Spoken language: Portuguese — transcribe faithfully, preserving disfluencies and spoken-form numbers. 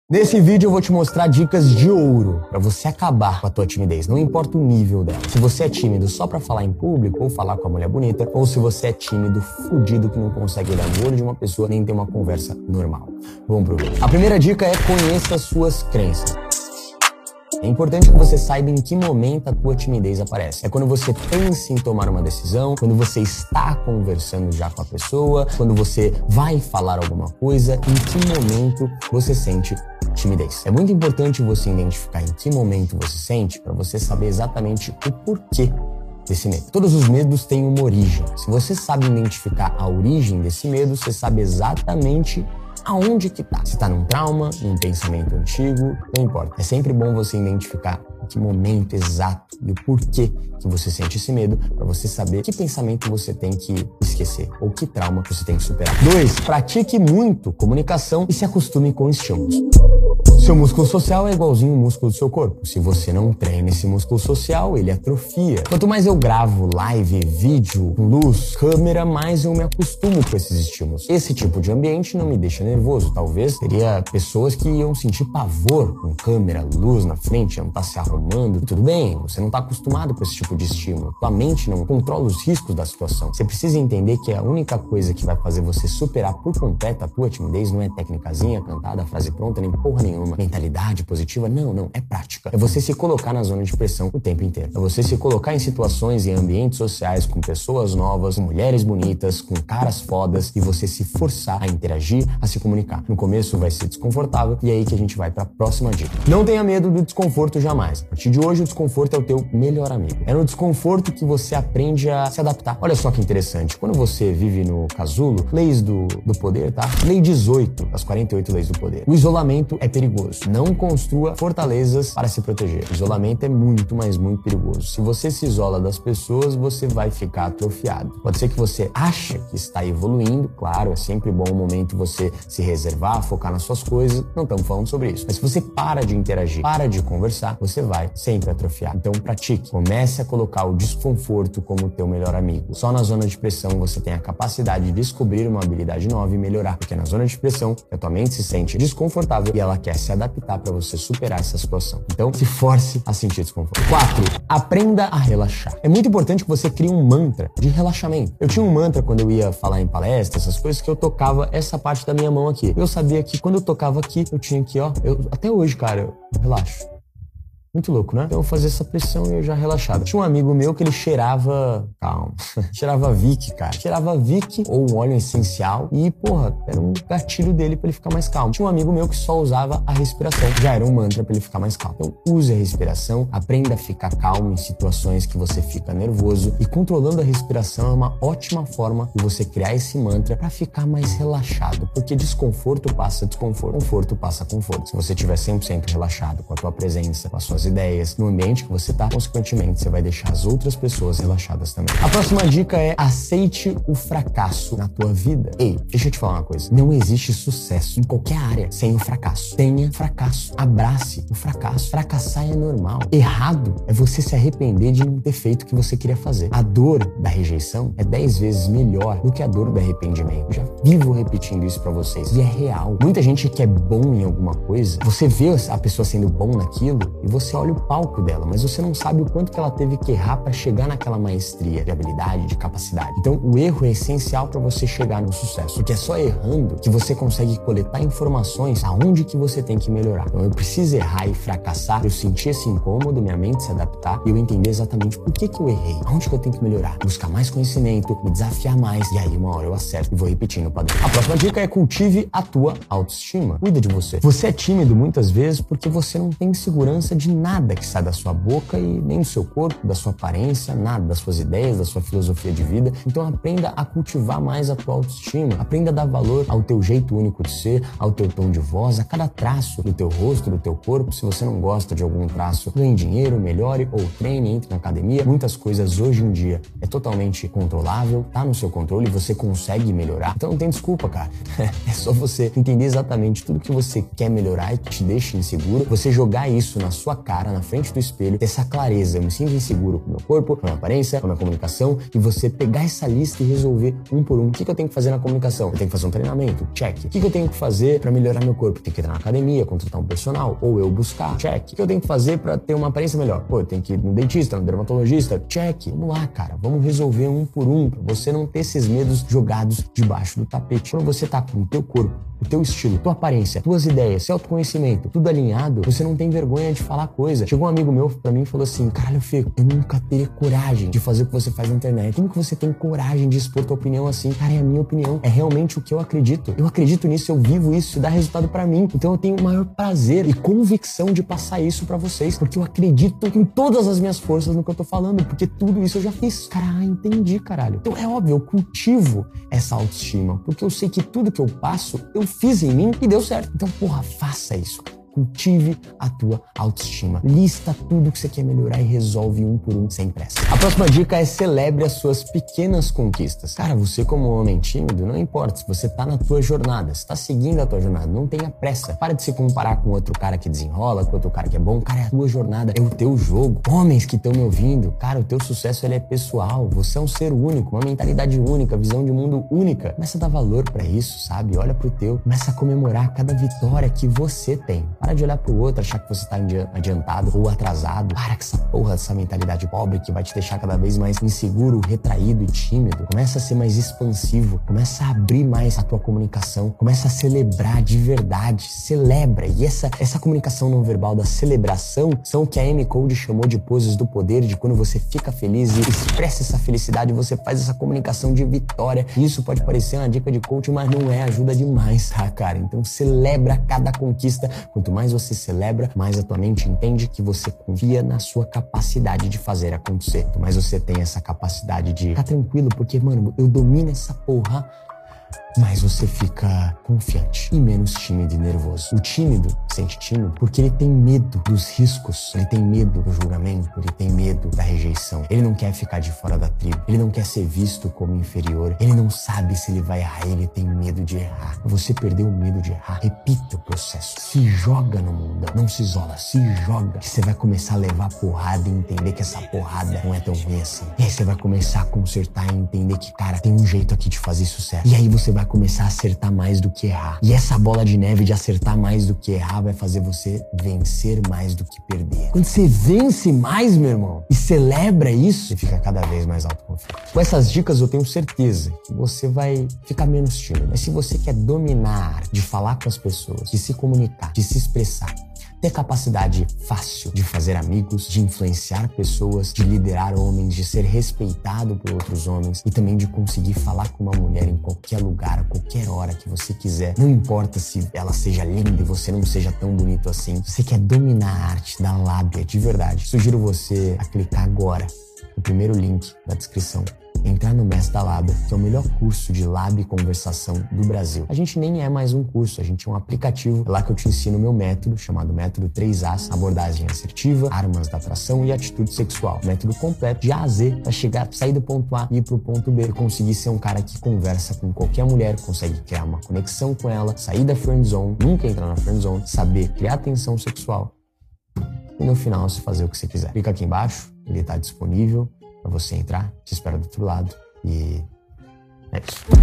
Nesse vídeo eu vou te mostrar dicas de ouro pra você acabar com a tua timidez, não importa o nível dela. Se você é tímido só pra falar em público ou falar com a mulher bonita, ou se você é tímido, fudido, que não consegue olhar no olho de uma pessoa nem ter uma conversa normal. Vamos pro vídeo. A primeira dica é conheça suas crenças. É importante que você saiba em que momento a tua timidez aparece. É quando você pensa em tomar uma decisão, quando você está conversando já com a pessoa, quando você vai falar alguma coisa, em que momento você sente timidez. É muito importante você identificar em que momento você sente para você saber exatamente o porquê desse medo. Todos os medos têm uma origem. Se você sabe identificar a origem desse medo, você sabe exatamente aonde que tá. Se tá num trauma, num pensamento antigo, não importa. É sempre bom você identificar em que momento exato e o porquê que você sente esse medo, para você saber que pensamento você tem que esquecer ou que trauma você tem que superar. Dois, pratique muito comunicação e se acostume com estímulos. Seu músculo social é igualzinho o músculo do seu corpo. Se você não treina esse músculo social, ele atrofia. Quanto mais eu gravo live, vídeo, luz, câmera, mais eu me acostumo com esses estímulos. Esse tipo de ambiente não me deixa nervoso. Talvez teria pessoas que iam sentir pavor com câmera, luz na frente, iam estar se arrumando. Tudo bem, você não está acostumado com esse tipo de estímulo. Tua mente não controla os riscos da situação. Você precisa entender que a única coisa que vai fazer você superar por completo a tua timidez não é técnicazinha, cantada, frase pronta, nem porra nenhuma. Mentalidade positiva, não, não, é prática. É você se colocar na zona de pressão o tempo inteiro. É você se colocar em situações e ambientes sociais com pessoas novas, com mulheres bonitas, com caras fodas e você se forçar a interagir, a se comunicar. No começo vai ser desconfortável e é aí que a gente vai para a próxima dica. Não tenha medo do desconforto jamais. A partir de hoje o desconforto é o teu melhor amigo. É no desconforto que você aprende a se adaptar. Olha só que interessante, quando você vive no casulo, leis do, do poder, tá? Lei dezoito das quarenta e oito leis do poder. O isolamento é perigoso. Não construa fortalezas para se proteger. O isolamento é muito, mas muito perigoso. Se você se isola das pessoas, você vai ficar atrofiado. Pode ser que você ache que está evoluindo, claro, é sempre bom um momento você se reservar, focar nas suas coisas, não estamos falando sobre isso. Mas se você para de interagir, para de conversar, você vai sempre atrofiar. Então pratique, comece a colocar o desconforto como teu melhor amigo. Só na zona de pressão você tem a capacidade de descobrir uma habilidade nova e melhorar, porque é na zona de pressão que a tua mente se sente desconfortável e ela quer se adaptar para você superar essa situação. Então, se force a sentir desconforto. quatro. Aprenda a relaxar. É muito importante que você crie um mantra de relaxamento. Eu tinha um mantra quando eu ia falar em palestras, essas coisas, que eu tocava essa parte da minha mão aqui. Eu sabia que quando eu tocava aqui, eu tinha que, ó, eu, até hoje, cara, eu relaxo. Muito louco, né? Então eu fazia essa pressão e eu já relaxava. Tinha um amigo meu que ele cheirava... Calma. cheirava Vick, cara. Cheirava Vick ou um óleo essencial e, porra, era um gatilho dele pra ele ficar mais calmo. Tinha um amigo meu que só usava a respiração. Já era um mantra pra ele ficar mais calmo. Então use a respiração, aprenda a ficar calmo em situações que você fica nervoso e controlando a respiração é uma ótima forma de você criar esse mantra pra ficar mais relaxado. Porque desconforto passa desconforto, conforto passa conforto. Se você estiver cem por cento relaxado com a tua presença, com as suas ideias, no ambiente que você tá, consequentemente, você vai deixar as outras pessoas relaxadas também. A próxima dica é aceite o fracasso na tua vida. Ei, deixa eu te falar uma coisa. Não existe sucesso em qualquer área sem o fracasso. Tenha fracasso. Abrace o fracasso. Fracassar é normal. Errado é você se arrepender de não ter feito o que você queria fazer. A dor da rejeição é dez vezes melhor do que a dor do arrependimento. Eu já vivo repetindo isso pra vocês. E é real. Muita gente que é bom em alguma coisa, você vê a pessoa sendo bom naquilo e você olha o palco dela, mas você não sabe o quanto que ela teve que errar para chegar naquela maestria de habilidade, de capacidade. Então, o erro é essencial para você chegar no sucesso, porque é só errando que você consegue coletar informações aonde que você tem que melhorar. Então, eu preciso errar e fracassar, eu sentir esse incômodo, minha mente se adaptar e eu entender exatamente por que que eu errei, aonde que eu tenho que melhorar, buscar mais conhecimento, me desafiar mais e aí uma hora eu acerto e vou repetindo o padrão. A próxima dica é cultive a tua autoestima. Cuida de você. Você é tímido muitas vezes porque você não tem segurança de nada Nada que sai da sua boca e nem do seu corpo, da sua aparência, nada das suas ideias, da sua filosofia de vida. Então aprenda a cultivar mais a tua autoestima. Aprenda a dar valor ao teu jeito único de ser, ao teu tom de voz, a cada traço do teu rosto, do teu corpo. Se você não gosta de algum traço, ganhe dinheiro, melhore ou treine, entre na academia. Muitas coisas hoje em dia é totalmente controlável, tá no seu controle e você consegue melhorar. Então não tem desculpa, cara. É só você entender exatamente tudo que você quer melhorar e que te deixa inseguro, você jogar isso na sua cara cara na frente do espelho, ter essa clareza, eu me sinto inseguro com o meu corpo, com a minha aparência, com a minha comunicação, e você pegar essa lista e resolver um por um. O que, que eu tenho que fazer na comunicação? Eu tenho que fazer um treinamento? Check. O que, que eu tenho que fazer para melhorar meu corpo? Eu tenho que ir na academia, contratar um personal, ou eu buscar? Check. O que, que eu tenho que fazer para ter uma aparência melhor? Pô, eu tenho que ir no dentista, no dermatologista? Check. Vamos lá, cara. Vamos resolver um por um, pra você não ter esses medos jogados debaixo do tapete. Quando você tá com o teu corpo, o teu estilo, tua aparência, tuas ideias, seu autoconhecimento, tudo alinhado, você não tem vergonha de falar coisa. Chegou um amigo meu pra mim e falou assim: caralho, Fê, eu nunca teria coragem de fazer o que você faz na internet. Como que você tem coragem de expor tua opinião assim? Cara, é a minha opinião, é realmente o que eu acredito. Eu acredito nisso, eu vivo isso, isso dá resultado pra mim. Então eu tenho o maior prazer e convicção de passar isso pra vocês, porque eu acredito com todas as minhas forças no que eu tô falando, porque tudo isso eu já fiz. Cara, ah, entendi, caralho. Então é óbvio, eu cultivo essa autoestima, porque eu sei que tudo que eu passo, eu fiz em mim e deu certo. Então, porra, faça isso. Cultive a tua autoestima. Lista tudo que você quer melhorar e resolve um por um sem pressa. A próxima dica é: celebre as suas pequenas conquistas. Cara, você como homem tímido, não importa se você tá na tua jornada, se tá seguindo a tua jornada, não tenha pressa. Para de se comparar com outro cara que desenrola, com outro cara que é bom. Cara, é a tua jornada, é o teu jogo. Homens que estão me ouvindo, cara, o teu sucesso ele é pessoal. Você é um ser único, uma mentalidade única, visão de mundo única. Começa a dar valor pra isso, sabe? Olha pro teu, começa a comemorar cada vitória que você tem. Para de olhar pro outro, achar que você tá adiantado ou atrasado. Para com essa porra, essa mentalidade pobre que vai te deixar cada vez mais inseguro, retraído e tímido. Começa a ser mais expansivo. Começa a abrir mais a tua comunicação. Começa a celebrar de verdade. Celebra. E essa, essa comunicação não verbal da celebração são o que a Amy Cole chamou de poses do poder, de quando você fica feliz e expressa essa felicidade, você faz essa comunicação de vitória. Isso pode parecer uma dica de coaching, mas não é, ajuda demais, tá, cara? Então celebra cada conquista. Quanto mais você celebra, mais a tua mente entende que você confia na sua capacidade de fazer acontecer. Quanto mais você tem essa capacidade de ficar tranquilo, porque, mano, eu domino essa porra, mais você fica confiante e menos tímido e nervoso. O tímido sente tímido porque ele tem medo dos riscos, ele tem medo do julgamento, ele tem medo da rejeição. Ele não quer ficar de fora da tribo, ele não quer ser visto como inferior, ele não sabe se ele vai errar, ele tem medo de errar. Você perdeu o medo de errar, repita o processo. Se joga no mundão, não se isola, se joga, que você vai começar a levar porrada e entender que essa porrada não é tão ruim assim. E aí você vai começar a consertar e entender que, cara, tem um jeito aqui de fazer isso certo. E aí você vai começar a acertar mais do que errar. E essa bola de neve de acertar mais do que errar vai fazer você vencer mais do que perder. Quando você vence mais, meu irmão, e celebra isso, você fica cada vez mais autoconfiante. Com essas dicas eu tenho certeza que você vai ficar menos tímido. Mas se você quer dominar a arte de falar com as pessoas, de se comunicar, de se expressar, ter capacidade fácil de fazer amigos, de influenciar pessoas, de liderar homens, de ser respeitado por outros homens e também de conseguir falar com uma mulher em qualquer lugar, a qualquer hora que você quiser. Não importa se ela seja linda e você não seja tão bonito assim. Você quer dominar a arte da lábia de verdade. Sugiro você a clicar agora no primeiro link da descrição. Entrar no Mestre da Lábia, que é o melhor curso de lábia e conversação do Brasil. A gente nem é mais um curso, a gente é um aplicativo. É lá que eu te ensino o meu método, chamado Método três As, abordagem assertiva, armas da atração e atitude sexual. Método completo, de A a Z, para chegar, sair do ponto A e ir pro ponto B, conseguir ser um cara que conversa com qualquer mulher, consegue criar uma conexão com ela, sair da friend zone, nunca entrar na friend zone, saber criar tensão sexual e no final você fazer o que você quiser. Clica aqui embaixo, ele tá disponível para você entrar, te espero do outro lado e é isso.